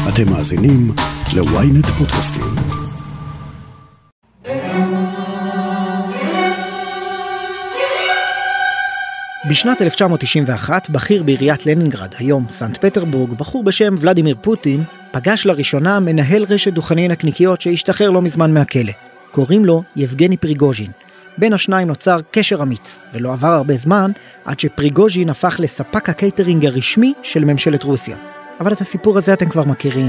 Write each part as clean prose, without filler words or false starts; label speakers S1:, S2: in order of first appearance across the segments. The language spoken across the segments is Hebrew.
S1: אתם מאזינים ל-ynet פודקאסטים.
S2: בשנת 1991, בכיר בעיריית לנינגרד, היום סנט פטרבורג, בחור בשם ולדימיר פוטין, פגש לראשונה מנהל רשת דוכני נקניקיות שהשתחרר לא מזמן מהכלא. קוראים לו יבגני פריגוז'ין. בין השניים נוצר קשר אמיץ, ולא עבר הרבה זמן עד שפריגוז'ין הפך לספק הקייטרינג הרשמי של ממשלת רוסיה. אבל את הסיפור הזה אתם כבר מכירים.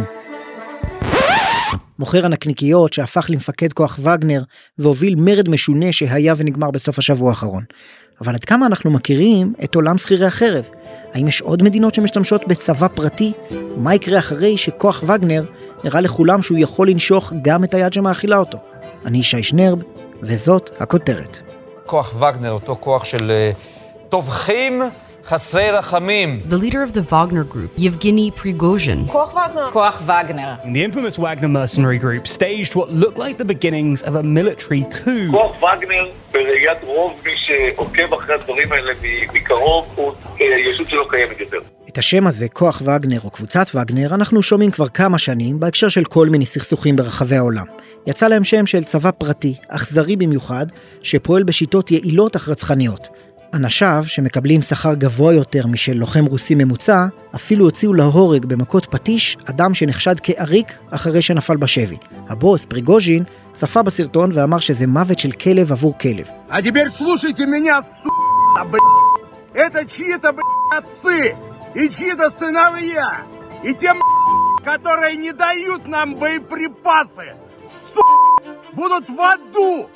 S2: מוכר הנקניקיות שהפך למפקד כוח וגנר והוביל מרד משונה שהיה ונגמר בסוף השבוע האחרון. אבל עד כמה אנחנו מכירים את עולם שכירי החרב? האם יש עוד מדינות שמשתמשות בצבא פרטי? ומה יקרה אחרי שכוח וגנר הראה לכולם שהוא יכול לנשוך גם את היד שמאכילה אותו? אני שי שנרב, וזאת הכותרת.
S3: כוח וגנר, אותו כוח של טובחים חסרי רחמים.
S4: The leader of the Wagner group, Yevgeny Prigozhin.
S5: כוח וגנר.
S6: The infamous Wagner mercenary group staged what looked like the beginnings of a military coup.
S7: כוח וגנר, בראיית רוב מי שעוקב אחרי הדברים האלה מקרוב, הוא ישות שלא קיימת יותר.
S2: את השם הזה, כוח וגנר או קבוצת וגנר, אנחנו שומעים כבר כמה שנים בהקשר של כל מיני סכסוכים ברחבי העולם. יצא להם שם של צבא פרטי, אכזרי במיוחד, שפועל בשיטות יעילות אך רצחניות. אנשיו, שמקבלים שכר גבוה יותר משל לוחם רוסי ממוצע, אפילו הוציאו להורג במכות פטיש אדם שנחשד כעריק אחרי שנפל בשבי. הבוס, פריגוז'ין, צפה בסרטון ואמר שזה מוות של כלב עבור כלב.
S8: А теперь слушайте меня, Это чьи-то, отцы, и чьи-то сыновья, и те, которые не дают нам боеприпасы, будут в аду!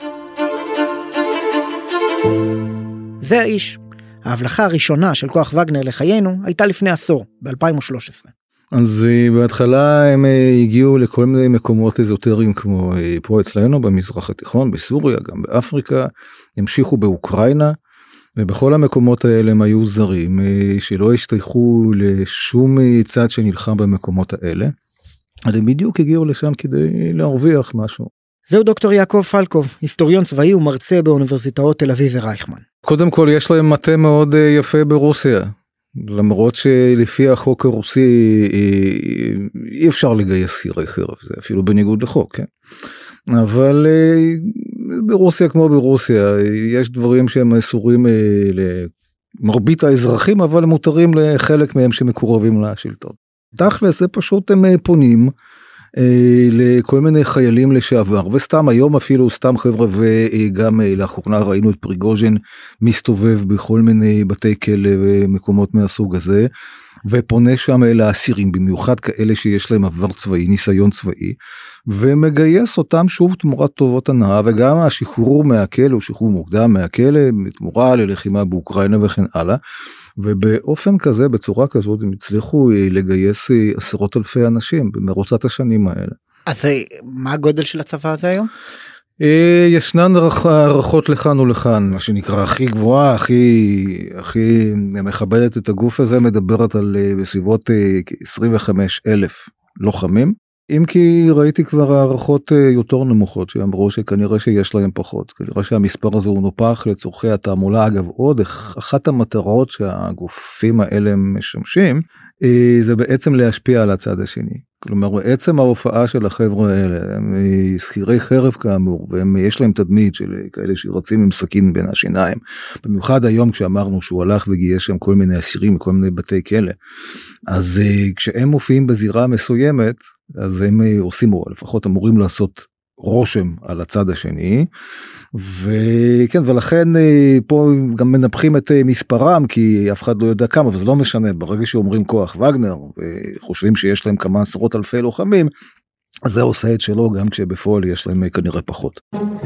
S2: זה האיש. ההבלחה הראשונה של כוח וגנר לחיינו הייתה לפני עשור, ב-2013.
S9: אז בהתחלה הם הגיעו לכל מיני מקומות אזוטריים כמו פה אצלנו במזרח התיכון, בסוריה, גם באפריקה, המשיכו באוקראינה, ובכל המקומות האלה הם היו זרים שלא השתייכו לשום צד שנלחם במקומות האלה. הם בדיוק הגיעו לשם כדי להרוויח משהו.
S2: זהו דוקטור יעקב פלקוב, היסטוריון צבאי ומרצה באוניברסיטאות תל אביב ורייכמן.
S9: קודם כל יש להם מטה מאוד יפה ברוסיה, למרות שלפי החוק הרוסי אי אפשר לגייס שכירי חרב, זה אפילו בניגוד לחוק, כן? אבל ברוסיה כמו ברוסיה, יש דברים שהם אסורים למרבית האזרחים, אבל מותרים לחלק מהם שמקורבים לשלטון. תכלס זה פשוט הם פונים, לכל מיני חיילים לשעבר, וסתם היום אפילו סתם חבר'ה, וגם לאחרונה ראינו את פריגוז'ין מסתובב בכל מיני בתי כלא ומקומות מהסוג הזה, ופונה שם לאסירים, במיוחד כאלה שיש להם עבר צבאי, ניסיון צבאי, ומגייס אותם שוב תמורת טובות הנאה, וגם השחרור מהכלא, הוא שחרור מוקדם מהכלא, תמורה ללחימה באוקראינה וכן הלאה, ובאופן כזה, בצורה כזאת, הם הצליחו לגייס עשרות אלפי אנשים במרוצת השנים האלה.
S2: אז מה הגודל של הצבא הזה היום?
S9: ישנן הערכות לכאן ולכאן, מה שנקרא הכי גבוהה, הכי מכבדת את הגוף הזה, מדברת על בסביבות 25,000 לוחמים, אם כי ראיתי כבר הערכות יותר נמוכות, שאמרו שכנראה שיש להם פחות, כנראה שהמספר הזה הוא נופח לצורכי התעמולה. אגב, עוד אחת המטרות שהגופים האלה משמשים, זה בעצם להשפיע על הצד השני. כלומר, בעצם ההופעה של החבר'ה האלה, הם שכירי חרב כאמור, ויש להם תדמית של כאלה שרצים עם סכין בין השיניים. במיוחד היום כשאמרנו שהוא הלך וגייס שם כל מיני אסירים וכל מיני בתי כלא. אז כשהם מופיעים בזירה מסוימת, אז הם עושים, או לפחות אמורים לעשות רושם על הצד השני, וכן, ולכן פה גם מנפחים את מספרם, כי אף אחד לא יודע כמה, וזה לא משנה, ברגע שאומרים כוח וגנר, וחושבים שיש להם כמה עשרות אלפי לוחמים, אז זה עושה את שלו, גם כשבפועל יש להם כנראה פחות.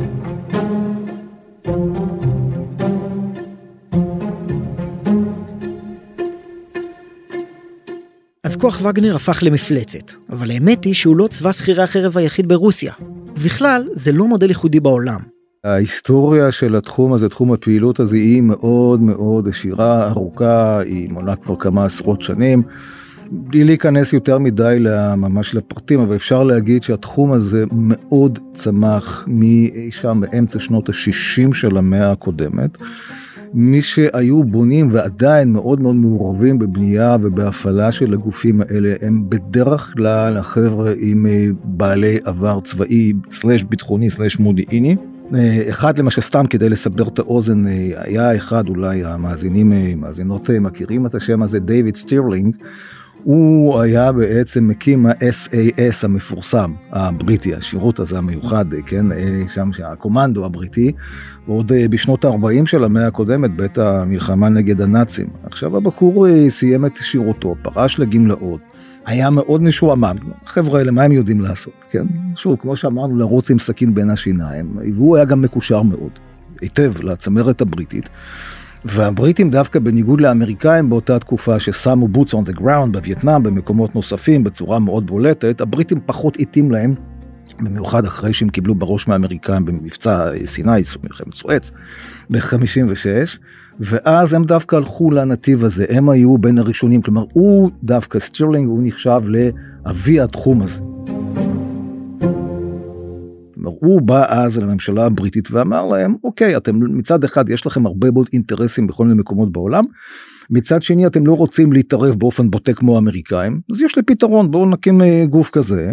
S2: אז כוח וגנר הפך למפלצת, אבל האמת היא שהוא לא צבא שכירי החרב היחיד ברוסיה. ובכלל, זה לא מודל ייחודי בעולם.
S9: ההיסטוריה של התחום הזה, תחום הפעילות הזה, היא מאוד מאוד עשירה, ארוכה, היא מונה כבר כמה עשרות שנים. בלי להיכנס יותר מדי ממש לפרטים, אבל אפשר להגיד שהתחום הזה מאוד צמח משם באמצע שנות ה-60 של המאה הקודמת, מי שהיו בונים ועדיין מאוד מאוד מעורבים בבנייה ובהפעלה של הגופים האלה, הם בדרך כלל החבר'ה עם בעלי עבר צבאי, סלש ביטחוני, סלש מודיעיני. אחד למשל סתם כדי לסבר את האוזן, היה אחד אולי המאזינות מכירים את השם הזה, דיוויד סטירלינג, הוא היה בעצם מקים ה-SAS המפורסם, הבריטי, השירות הזה המיוחד, כן, שם שהקומנדו הבריטי, עוד בשנות ה-40 של המאה הקודמת, בעת המלחמה נגד הנאצים. עכשיו הבחור סיים את שירותו, פרש לגמלאות, היה מאוד משועמם, חבר'ה האלה, מה הם יודעים לעשות, כן? שוב, כמו שאמרנו, לרוץ עם סכין בין השיניים, והוא היה גם מקושר מאוד, היטב לצמרת הבריטית, והבריטים דווקא בניגוד לאמריקאים באותה תקופה ששמו boots on the ground בווייטנאם, במקומות נוספים, בצורה מאוד בולטת, הבריטים פחות איטים להם, במיוחד אחרי שהם קיבלו בראש מהאמריקאים במבצע סיני, מלחמת סואץ, ב-56, ואז הם דווקא הלכו לנתיב הזה, הם היו בין הראשונים, כלומר הוא דווקא סטירלינג, הוא נחשב לאבי התחום הזה. הוא בא אז לממשלה הבריטית ואמר להם, אוקיי, אתם מצד אחד יש לכם הרבה מאוד אינטרסים בכל מיני מקומות בעולם, מצד שני אתם לא רוצים להתערב באופן בוטה כמו האמריקאים, אז יש לי פתרון, בואו נקים גוף כזה,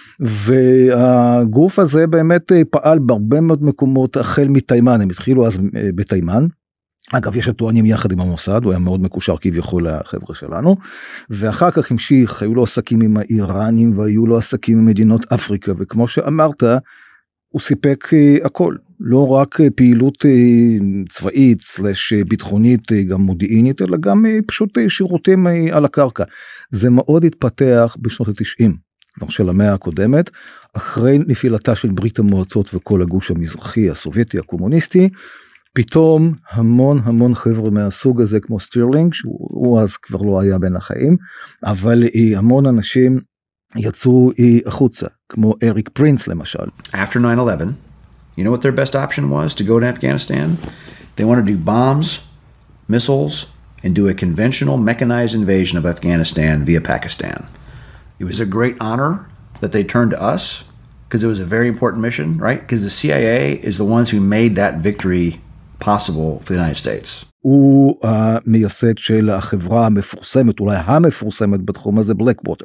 S9: והגוף הזה באמת פעל בהרבה מאוד מקומות החל מתימן, הם התחילו אז בתימן, אגב יש הטוענים יחד עם המוסד, הוא היה מאוד מקושר כביכול לחבר'ה שלנו, ואחר כך המשיך, היו לו עסקים עם האיראנים, והיו לו עסקים עם מדינות אפריקה, וכמו שאמרת, הוא סיפק הכל, לא רק פעילות צבאית, סלש ביטחונית, גם מודיעינית, אלא גם פשוט שירותים על הקרקע. זה מאוד התפתח בשנות ה-90, כבר של המאה הקודמת, אחרי נפילתה של ברית המועצות וכל הגוש המזרחי, הסובייטי, הקומוניסטי, פתאום המון חבר'ה מהסוג הזה, כמו סטירלינג, שהוא אז כבר לא היה בין החיים, אבל המון אנשים יצאו החוצה, כמו אריק פרינס למשל.
S5: After 9/11, you know what their best option was to go to Afghanistan? They wanted to do bombs, missiles, and do a conventional mechanized invasion of Afghanistan via Pakistan. It was a great honor that they turned to us, because it was a very important mission, right? Because the CIA is the ones who made that victory possible for the United States.
S9: הוא המייסד של החברה המפורסמת, אולי המפורסמת בתחום הזה, Blackwater.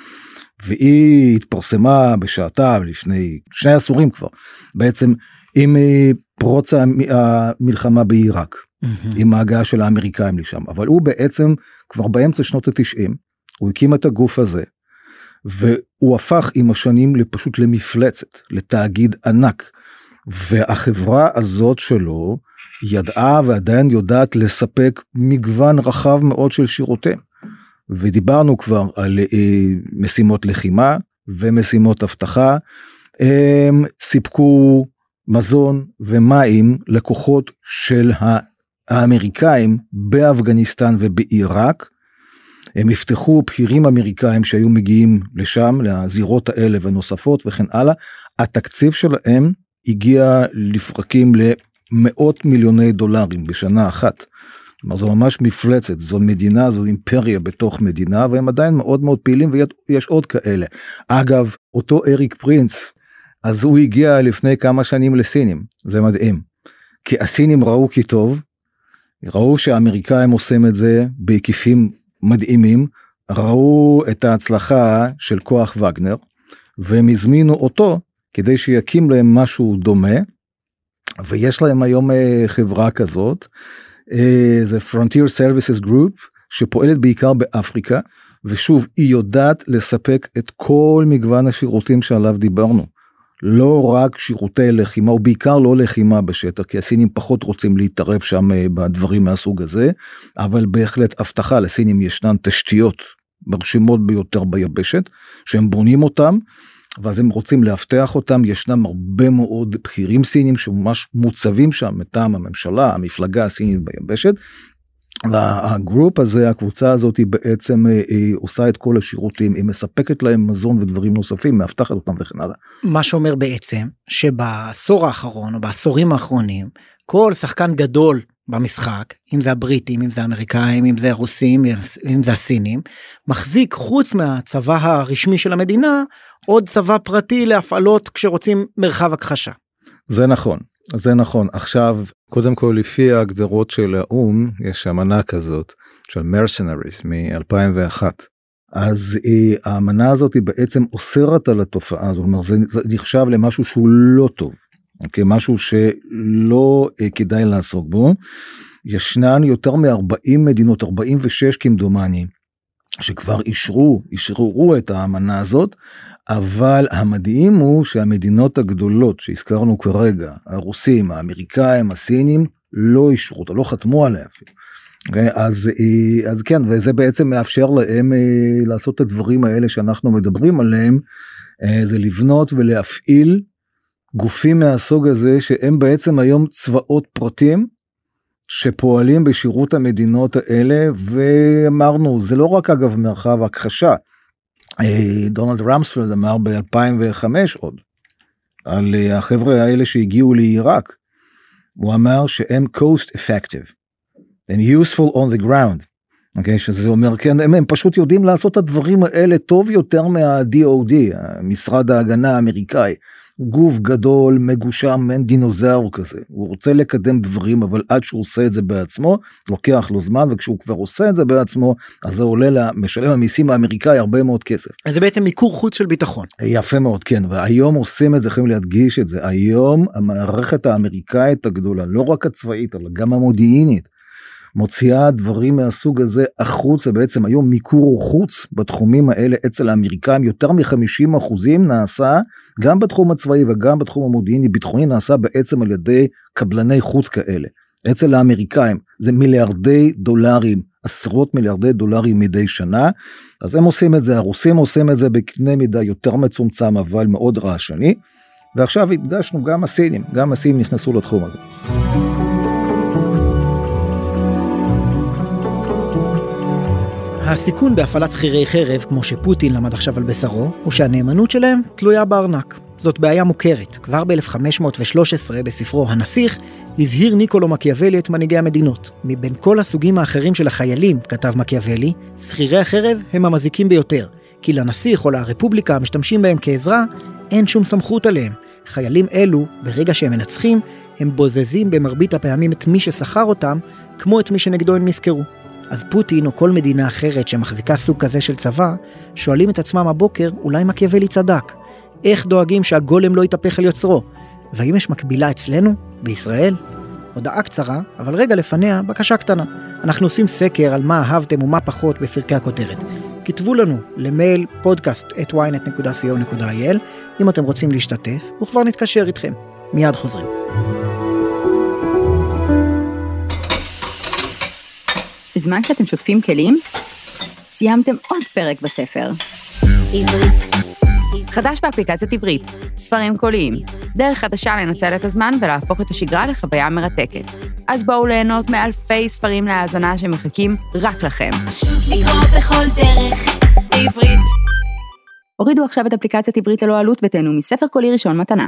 S9: והיא התפרסמה בשעתה לפני 2 עשורים כבר, בעצם עם פרוץ המלחמה בעיראק, עם ההגעה של האמריקאים לשם, אבל הוא בעצם כבר באמצע שנות ה-90, הוא הקים את הגוף הזה, והוא הפך עם השנים פשוט למפלצת, לתאגיד ענק, והחברה הזאת שלו ידעה ועדיין יודעת לספק מגוון רחב מאוד של שירותים, ודיברנו כבר על משימות לחימה ומשימות אבטחה, הם סיפקו מזון ומים לכוחות של האמריקאים באפגניסטן ובעיראק, הם יפתחו בכירים אמריקאים שהיו מגיעים לשם, לזירות האלה ונוספות וכן הלאה, התקציב שלהם הגיע לפרקים למאות מיליוני דולרים בשנה אחת, כלומר זו ממש מפלצת, זו מדינה, זו אימפריה בתוך מדינה, והם עדיין מאוד מאוד פעילים, ויש עוד כאלה. אגב, אותו אריק פרינס, אז הוא הגיע לפני כמה שנים לסינים, זה מדהים, כי הסינים ראו כי טוב, ראו שהאמריקאים עושים את זה בהיקפים מדהימים, ראו את ההצלחה של כוח וגנר, והם הזמינו אותו, כדי שיקים להם משהו דומה, ויש להם היום חברה כזאת, זה Frontier Services Group, שפועלת בעיקר באפריקה, ושוב, היא יודעת לספק את כל מגוון השירותים שעליו דיברנו. לא רק שירותי לחימה, או בעיקר לא לחימה בשטח, כי הסינים פחות רוצים להתערב שם בדברים מהסוג הזה, אבל בהחלט הבטחה, לסינים ישנן תשתיות מרשימות ביותר ביבשת, שהם בונים אותם, ואז הם רוצים להבטח אותם, ישנם הרבה מאוד בכירים סינים שממש מוצבים שם מטעם הממשלה, המפלגה הסינית ביבשת, והגרופ הזה, הקבוצה הזאת היא בעצם עושה את כל השירותים, היא מספקת להם מזון ודברים נוספים, מאבטחת אותם וכן הלאה.
S2: מה שאומר בעצם שבעשור האחרון או בעשורים האחרונים, כל שחקן גדול במשחק, אם זה הבריטים, אם זה האמריקאים, אם זה הרוסים, אם זה הסינים, מחזיק חוץ מהצבא הרשמי של המדינה, עוד צבא פרטי להפעלות כשרוצים מרחב הכחשה.
S9: זה נכון. זה נכון. עכשיו, קודם כל, לפי ההגדרות של האום, יש אמנה כזאת, של Mercenaries מ-2001. אז האמנה הזאת היא בעצם אוסרת על התופעה הזאת, זאת אומרת, זה נחשב למשהו שהוא לא טוב, משהו שלא כדאי לעסוק בו. ישנן יותר מ-40 מדינות, 46 כמדומני, שכבר אישרו את האמנה הזאת, אבל המדהים הוא שהמדינות הגדולות שהזכרנו כרגע, הרוסים, האמריקאים, הסינים, לא אישרו אותה, לא חתמו עליה אפילו. אז כן, וזה בעצם מאפשר להם לעשות את הדברים האלה שאנחנו מדברים עליהם, זה לבנות ולהפעיל גופים מהסוג הזה, שהם בעצם היום צבאות פרטים, שפועלים בשירות המדינות האלה, ואמרנו, זה לא רק אגב מרחב הכחשה, דונלד רמספלד אמר ב-2005 עוד, על החבר'ה האלה שהגיעו לעיראק, הוא אמר שהם cost effective, and useful on the ground, שזה אומר, כן, הם פשוט יודעים לעשות את הדברים האלה טוב יותר מה-DOD, משרד ההגנה האמריקאי, גוף גדול, מגושם, מן דינוזאור כזה, הוא רוצה לקדם דברים, אבל עד שהוא עושה את זה בעצמו, לוקח לו זמן, וכשהוא כבר עושה את זה בעצמו, אז זה עולה למשלם המיסים האמריקאי הרבה מאוד כסף.
S2: אז זה בעצם מיקור חוץ של ביטחון.
S9: יפה מאוד, כן, והיום עושים את זה, יכולים להדגיש את זה, היום המערכת האמריקאית הגדולה, לא רק הצבאית, אבל גם המודיעינית, מוציאה דברים מהסוג הזה החוצה, בעצם היום מיקור חוץ בתחומים האלה אצל האמריקאים, יותר מ-50% נעשה, גם בתחום הצבאי וגם בתחום המודיעיני, ביטחוני נעשה בעצם על ידי קבלני חוץ כאלה. אצל האמריקאים זה מיליארדי דולרים, עשרות מיליארדי דולרים מדי שנה, אז הם עושים את זה, הרוסים עושים את זה בקנה מידה יותר מצומצם, אבל מאוד רעשני, ועכשיו הדגשנו גם הסינים, נכנסו לתחום הזה.
S2: הסיכון בהפעלת שכירי חרב, כמו שפוטין למד עכשיו על בשרו, הוא שהנאמנות שלהם תלויה בארנק. זאת בעיה מוכרת. כבר ב-1513 בספרו הנסיך, הזהיר ניקולו מקיאוולי את מנהיגי המדינות. מבין כל הסוגים האחרים של החיילים, כתב מקיאוולי, שכירי החרב הם המזיקים ביותר. כי לנסיך או לרפובליקה המשתמשים בהם כעזרה, אין שום סמכות עליהם. חיילים אלו, ברגע שהם מנצחים, הם בוזזים במרבית הפעמים את מי ששכר אותם, כמו את מי שנגדו הם נזכרו. אז פוטין או כל מדינה אחרת שמחזיקה סוג כזה של צבא, שואלים את עצמם הבוקר, אולי מקיאוולי צדק. איך דואגים שהגולם לא יתהפך על יוצרו? והאם יש מקבילה אצלנו, בישראל? הודעה קצרה, אבל רגע לפניה, בקשה קטנה. אנחנו עושים סקר על מה אהבתם ומה פחות בפרקי הכותרת. כתבו לנו למייל podcast@ynet.co.il אם אתם רוצים להשתתף, וכבר נתקשר איתכם. מיד חוזרים.
S10: בזמן שאתם שוטפים כלים, סיימתם עוד פרק בספר. עברית. חדש באפליקציית עברית, ספרים קוליים, דרך חדשה לנצל את הזמן ולהפוך את השגרה לחוויה מרתקת. אז בואו ליהנות מאלפי ספרים להאזנה שמחכים רק לכם.
S11: פשוט לקרוא בכל דרך, בעברית.
S10: הורידו עכשיו את אפליקציית עברית ללא עלות ותהנו מספר קולי ראשון מתנה.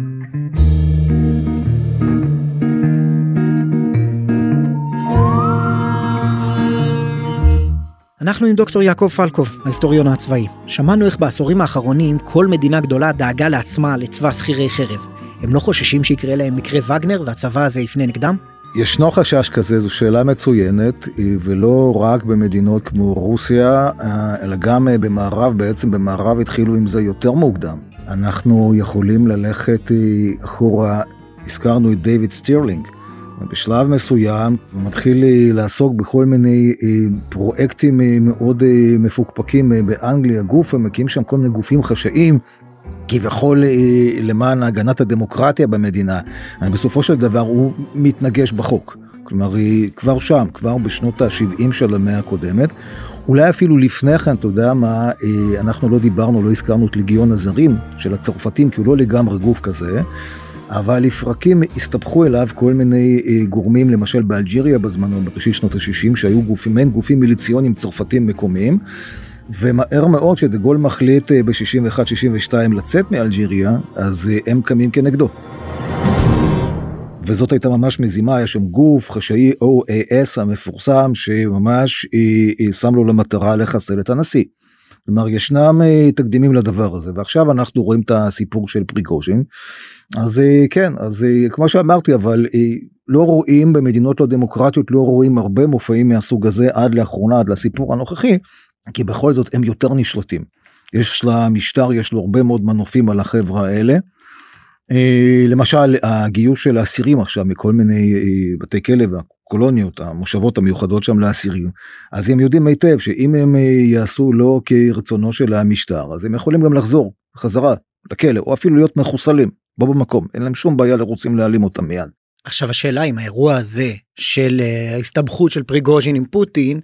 S2: אנחנו עם דוקטור יעקב פלקוב, ההיסטוריון הצבאי. שמענו איך בעשורים האחרונים כל מדינה גדולה דאגה לעצמה לצבא שכירי חרב. הם לא חוששים שיקרה להם מקרה וגנר והצבא הזה יפנה נגדם?
S9: ישנו חשש כזה, זו שאלה מצוינת, ולא רק במדינות כמו רוסיה, אלא גם במערב, בעצם במערב התחילו עם זה יותר מוקדם. אנחנו יכולים ללכת אחורה, הזכרנו את דיוויד סטירלינג, בשלב מסוים הוא מתחיל לעסוק בכל מיני פרויקטים מאוד מפוקפקים באנגליה, גוף, הם מקים שם כל מיני גופים חשאיים, כביכול למען הגנת הדמוקרטיה במדינה, בסופו של דבר הוא מתנגש בחוק, כלומר כבר שם, כבר בשנות ה-70 של המאה הקודמת, אולי אפילו לפני כן, אתה יודע מה, אנחנו לא דיברנו, לא הזכרנו את לגיון הזרים של הצרפתים, כי הוא לא לגמרי גוף כזה, אבל לפרקים הסתבכו אליו כל מיני גורמים, למשל באלג'יריה בזמנו, בראשית שנות ה-60, שהיו גופים מיליציונים צרפתים מקומיים, ומהר מאוד שדגול מחליט ב-61-62 לצאת מאלג'יריה, אז הם קמים כנגדו. וזאת הייתה ממש מזימה, היה שם גוף חשאי OAS המפורסם, שממש שם לו למטרה לחסל את הנשיא. כלומר, ישנם תקדימים לדבר הזה, ועכשיו אנחנו רואים את הסיפור של פריגוז'ין, אז כן, אז כמו שאמרתי, אבל לא רואים במדינות לא דמוקרטיות, לא רואים הרבה מופעים מהסוג הזה עד לאחרונה, עד לסיפור הנוכחי, כי בכל זאת הם יותר נשלטים. יש למשטר, יש לו הרבה מאוד מנופים על החברה האלה. למשל, הגיוס של האסירים עכשיו מכל מיני בתי כלא והקולוניות, המושבות המיוחדות שם לאסירים, אז הם יודעים היטב שאם הם יעשו לא כרצונו של המשטר, אז הם יכולים גם לחזור חזרה לכלא, או אפילו להיות מחוסלים, בו במקום, אין להם שום בעיה לרוצים להעלים אותם מיד.
S2: עכשיו השאלה אם האירוע הזה של ההסתבכות של פריגוז'ין עם פוטין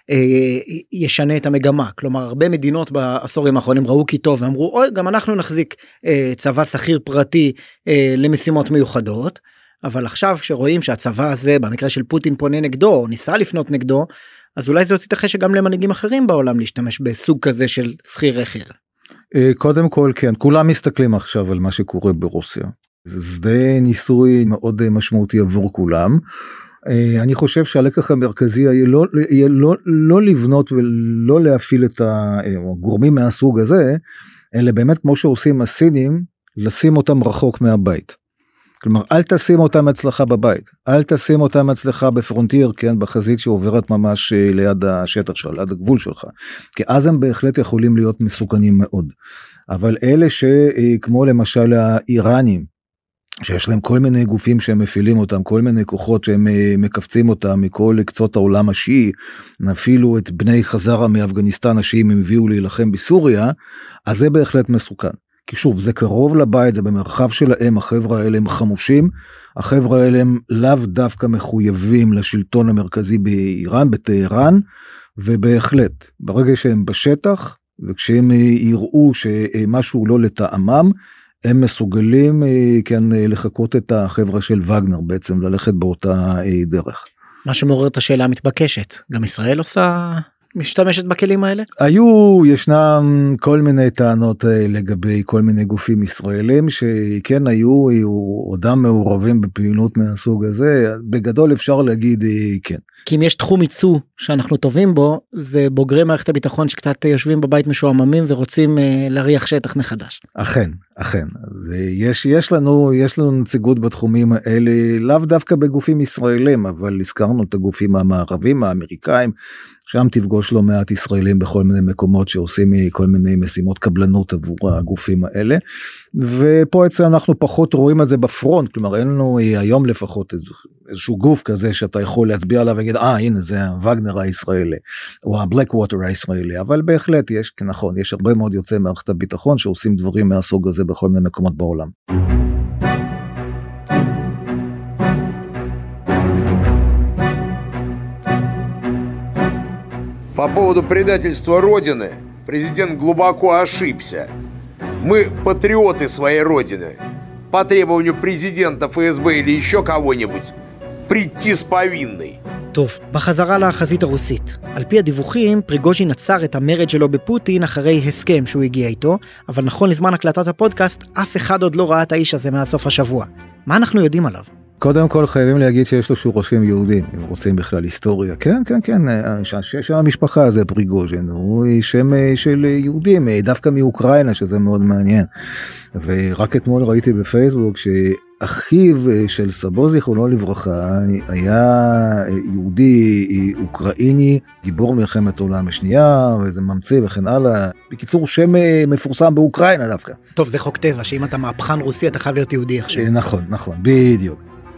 S2: ישנה את המגמה, כלומר הרבה מדינות בעשורים האחרונים ראו כי טוב ואמרו אוי גם אנחנו נחזיק צבא שכיר פרטי למשימות מיוחדות, אבל עכשיו כשרואים שהצבא הזה במקרה של פוטין פונה נגדו או ניסה לפנות נגדו, אז אולי זה יוצא את החשק גם למנהיגים אחרים בעולם להשתמש בסוג כזה של שכיר רכיר.
S9: קודם כל כן, כולם מסתכלים עכשיו על מה שקורה ברוסיה. זה שדה ניסוי מאוד משמעותי עבור כולם. אני חושב שהלקח המרכזי יהיה לא לבנות ולא להפעיל את הגורמים מהסוג הזה, אלא באמת כמו שעושים הסינים, לשים אותם רחוק מהבית. כלומר, אל תשים אותם אצלך בבית, אל תשים אותם אצלך בפרונטיר, כן, בחזית שעוברת ממש ליד השטח שלך, ליד הגבול שלך, כי אז הם בהחלט יכולים להיות מסוכנים מאוד. אבל אלה שכמו למשל האיראנים, שיש להם כל מיני גופים שהם מפעילים אותם, כל מיני כוחות שהם מקפצים אותם מכל קצות העולם השיעי, אפילו את בני חזרה מאפגניסטן השיעים הם הביאו להילחם בסוריה, אז זה בהחלט מסוכן. כי שוב, זה קרוב לבית, זה במרחב שלהם, החבר'ה האלה הם חמושים, החבר'ה האלה הם לאו דווקא מחויבים לשלטון המרכזי באיראן, בטהרן, ובהחלט, ברגע שהם בשטח, וכשהם יראו שמשהו לא לטעמם, הם מסוגלים כן לחכות את החבר'ה של וגנר בעצם, ללכת באותה דרך.
S2: מה שמעורר את השאלה המתבקשת, גם ישראל משתמשת בכלים האלה?
S9: ישנם כל מיני טענות לגבי כל מיני גופים ישראלים שכן היו עודם מעורבים בפעילות מהסוג הזה, בגדול אפשר להגיד כן.
S2: כי אם יש תחום ייצוא שאנחנו טובים בו, זה בוגרי מערכת הביטחון שקצת יושבים בבית משועממים ורוצים להריח שטח מחדש.
S9: אכן. אז יש לנו נציגות בתחומים האלה, לאו דווקא בגופים ישראלים, אבל הזכרנו את הגופים המערבים, האמריקאים, שם תפגוש לא מעט ישראלים בכל מיני מקומות שעושים כל מיני משימות קבלנות עבור הגופים האלה, ופה אצלנו אנחנו פחות רואים את זה בפרונט, כלומר אין לנו היום לפחות איזשהו גוף כזה שאתה יכול להצביע עליו ולהגיד, הנה זה הווגנר הישראלי, או הבלק ווטר הישראלי, אבל בהחלט יש, נכון, יש הרבה מאוד יוצאי מערכת הביטחון שעושים דברים מהסוג הזה בכל מיני מקומות בעולם.
S8: По поводу предательства Родины президент глубоко ошибся. Мы патриоты своей Родины. По требованию президента ФСБ или еще кого-нибудь прийти с повинной.
S2: טוב, בחזרה לחזית הרוסית. על פי הדיווחים, פריגוז'ין עצר את המרד שלו בפוטין אחרי הסכם שהוא הגיע איתו, אבל נכון לזמן הקלטת הפודקאסט, אף אחד עוד לא ראה את האיש הזה מהסוף השבוע. מה אנחנו יודעים עליו?
S9: קודם כל חייבים להגיד שיש לו שורשים יהודים, אם רוצים בכלל היסטוריה. כן, שם המשפחה הזה פריגוז'ין, הוא שם של יהודים, דווקא מאוקראינה, שזה מאוד מעניין. ורק אתמול ראיתי בפייסבוק שאחיו של סבו זיכרונו לברכה היה יהודי אוקראיני, גיבור מלחמת העולם השנייה, וזה ממציא וכן הלאה. בקיצור, שם מפורסם באוקראינה דווקא.
S2: טוב, זה חוק טבע, שאם אתה מהפכן רוסי, אתה חייב להיות יהודי עכשיו.
S9: נכון, בדיוק.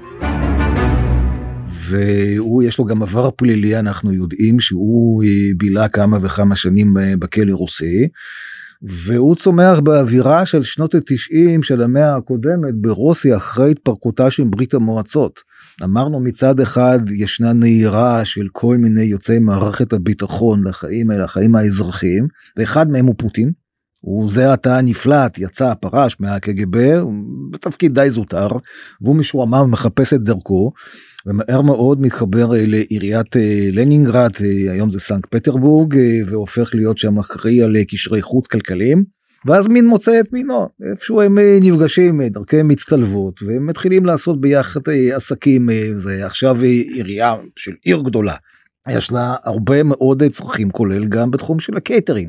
S9: והוא יש לו גם עבר פלילי, אנחנו יודעים שהוא בילה כמה וכמה שנים בכלא רוסי, והוא צומח באווירה של שנות ה-90 של המאה הקודמת ברוסיה אחרי התפרקותה של ברית המועצות. אמרנו מצד אחד ישנה נהירה של כל מיני יוצאי מערכת הביטחון לחיים האזרחיים, ואחד מהם הוא פוטין, הוא זה עתה נפלט, יצא, פרש מהקג"ב, בתפקיד די זוטר, והוא משועמם ומחפש את דרכו, ומהר מאוד מתחבר לעיריית לנינגרד, היום זה סנקט פטרבורג, והופך להיות שם אחראי על קשרי חוץ כלכליים, ואז מין מוצא את מינו, איפשהו הם נפגשים, דרכיהם מצטלבות, והם מתחילים לעשות ביחד עסקים, זה עכשיו עירייה של עיר גדולה, יש לה הרבה מאוד צרכים, כולל גם בתחום של הקייטרינג,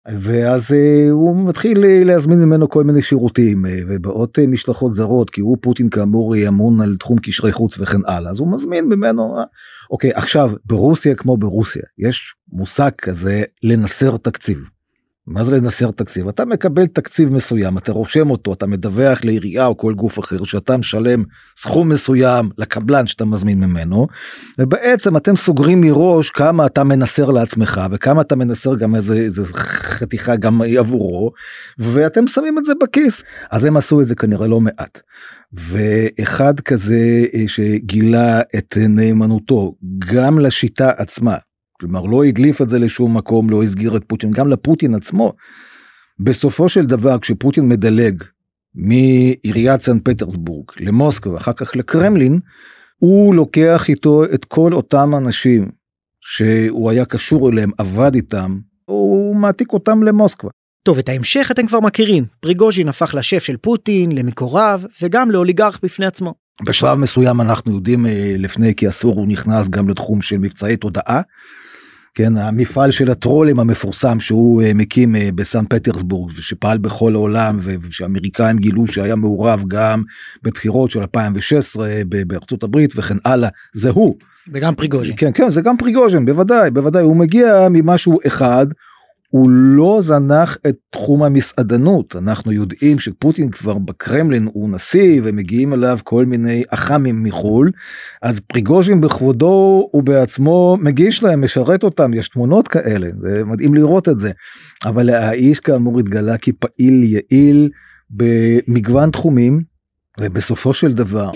S9: ואז הוא מתחיל להזמין ממנו כל מיני שירותים, ובאות משלחות זרות, כי הוא פוטין כאמור אמון על תחום קשרי חוץ וכן הלאה, אז הוא מזמין ממנו, אוקיי, עכשיו ברוסיה כמו ברוסיה, יש מושג כזה לנסר תקציב. מה זה לנסר תקציב? אתה מקבל תקציב מסוים, אתה רושם אותו, אתה מדווח לעירייה או כל גוף אחר, שאתה משלם סכום מסוים לקבלן שאתה מזמין ממנו, ובעצם אתם סוגרים מראש כמה אתה מנסר לעצמך, וכמה אתה מנסר גם איזה חתיכה גם עבורו, ואתם שמים את זה בכיס. אז הם עשו את זה כנראה לא מעט. ואחד כזה שגילה את נאמנותו, גם לשיטה עצמה, כלומר לא הדליף את זה לשום מקום, לא הסגיר את פוטין, גם לפוטין עצמו. בסופו של דבר, כשפוטין מדלג מעיריית סן פטרסבורג למוסקבה, ואחר כך לקרמלין, הוא לוקח איתו את כל אותם אנשים שהוא היה קשור אליהם, עבד איתם, הוא מעתיק אותם למוסקבה.
S2: טוב, את ההמשך אתם כבר מכירים. פריגוז'ין הפך לשף של פוטין, למקורב, וגם לאוליגרך בפני עצמו.
S9: בשלב מסוים אנחנו יודעים, לפני כעשור הוא נכנס גם לתחום של מבצעי תודעה, כן, המפעל של הטרולים המפורסם שהוא מקים בסן פטרסבורג, ושפעל בכל העולם, ושאמריקאים גילו שהיה מעורב גם בבחירות של 2016 בארצות הברית וכן הלאה, זה הוא.
S2: וגם פריגוז'ין.
S9: כן, כן, זה גם פריגוז'ין, בוודאי, בוודאי, הוא מגיע ממשהו אחד, הוא לא זנח את תחום המסעדנות. אנחנו יודעים שפוטין כבר בקרמלין הוא נשיא, ומגיעים אליו כל מיני אחמים מחול, אז פריגוז'ין בכבודו הוא בעצמו מגיש להם, משרת אותם, יש תמונות כאלה, זה מדהים לראות את זה, אבל האיש כאמור התגלה כפעיל יעיל במגוון תחומים, ובסופו של דבר,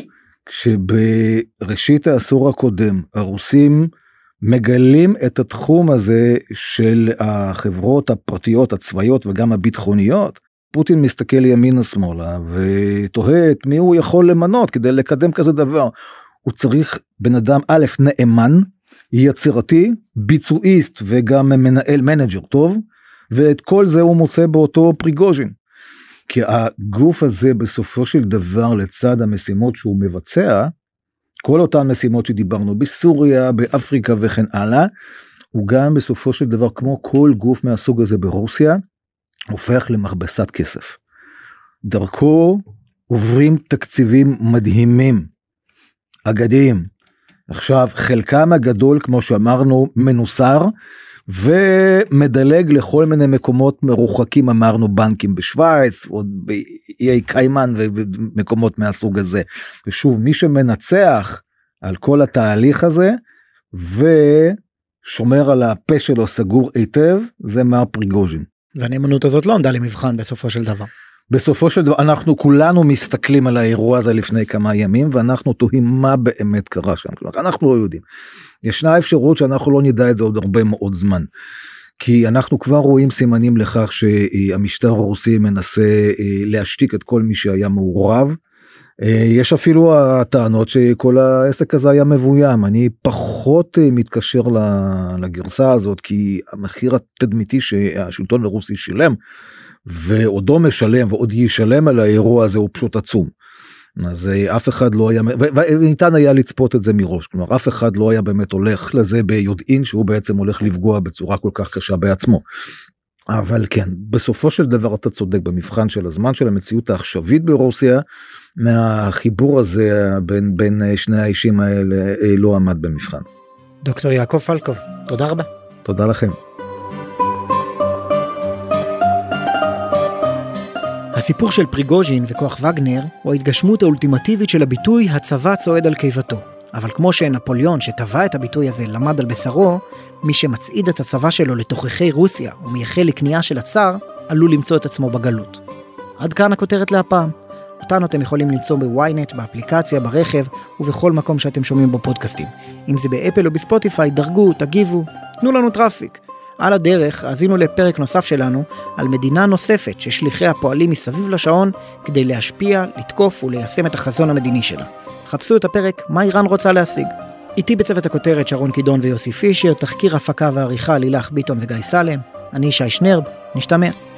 S9: כשבראשית העשור הקודם, הרוסים מגלים את התחום הזה של החברות הפרטיות, הצבאיות וגם הביטחוניות, פוטין מסתכל ימינה שמאלה ותוהה את מי הוא יכול למנות כדי לקדם כזה דבר. הוא צריך בן אדם א' נאמן, יצירתי, ביצועיסט וגם מנהל טוב, ואת כל זה הוא מוצא באותו פריגוז'ין. כי הגוף הזה בסופו של דבר לצד המשימות שהוא מבצע, כל אותן משימות שדיברנו בסוריה, באפריקה וכן הלאה, הוא גם בסופו של דבר, כמו כל גוף מהסוג הזה ברוסיה, הופך למכבסת כסף. דרכו עוברים תקציבים מדהימים, אגדיים. עכשיו, חלקם הגדול, כמו שאמרנו, מנוסר, ומדלג לכל מיני מקומות מרוחקים, אמרנו בנקים בשוויץ, או באיי קיימן ומקומות מהסוג הזה. ושוב, מי שמנצח על כל התהליך הזה, ושומר על הפה שלו סגור היטב, זה מר פריגוז'ין.
S2: והנאמנות הזאת לא עמדה למבחן בסופו של דבר.
S9: בסופו של דבר, אנחנו כולנו מסתכלים על האירוע הזה לפני כמה ימים, ואנחנו תוהים מה באמת קרה שם. כלומר, אנחנו לא יודעים. ישנה אפשרות שאנחנו לא נדע את זה עוד הרבה מאוד זמן. כי אנחנו כבר רואים סימנים לכך שהמשטר הרוסי מנסה להשתיק את כל מי שהיה מעורב. יש אפילו הטענות שכל העסק הזה היה מבוים. אני פחות מתקשר לגרסה הזאת, כי המחיר התדמיתי שהשלטון הרוסי שילם, ועודו משלם ועוד ישלם על האירוע הזה הוא פשוט עצום. אז אף אחד לא היה, וניתן היה לצפות את זה מראש, כלומר אף אחד לא היה באמת הולך לזה ביודעין שהוא בעצם הולך לפגוע בצורה כל כך קשה בעצמו. אבל כן, בסופו של דבר אתה צודק, במבחן של הזמן של המציאות העכשווית ברוסיה, מהחיבור הזה בין שני האישים האלה לא עמד במבחן.
S2: דוקטור יעקב פלקוב, תודה רבה.
S9: תודה לכם.
S2: הסיפור של פריגוז'ין וכוח וגנר הוא ההתגשמות האולטימטיבית של הביטוי הצבא צועד על קיבתו. אבל כמו שנפוליאון שטבע את הביטוי הזה למד על בשרו, מי שמצעיד את הצבא שלו לתוככי רוסיה ומייחל לקנייה של הצאר, עלול למצוא את עצמו בגלות. עד כאן הכותרת להפעם. אותנו אתם יכולים למצוא בוויינט, באפליקציה, ברכב ובכל מקום שאתם שומעים בו פודקאסטים. אם זה באפל או בספוטיפיי, דרגו, תגיבו, תנו לנו טראפיק. על הדרך, עשינו לפרק נוסף שלנו על מדינה נוספת ששליחיה פועלים מסביב לשעון כדי להשפיע, לתקוף וליישם את החזון המדיני שלה. חפשו את הפרק מה איראן רוצה להשיג. איתי בצוות הכותרת שרון קידון ויוסי פישר, תחקיר הפקה ועריכה לילך ביטון וגיא סלם, אני שי שנרב, נשתמע.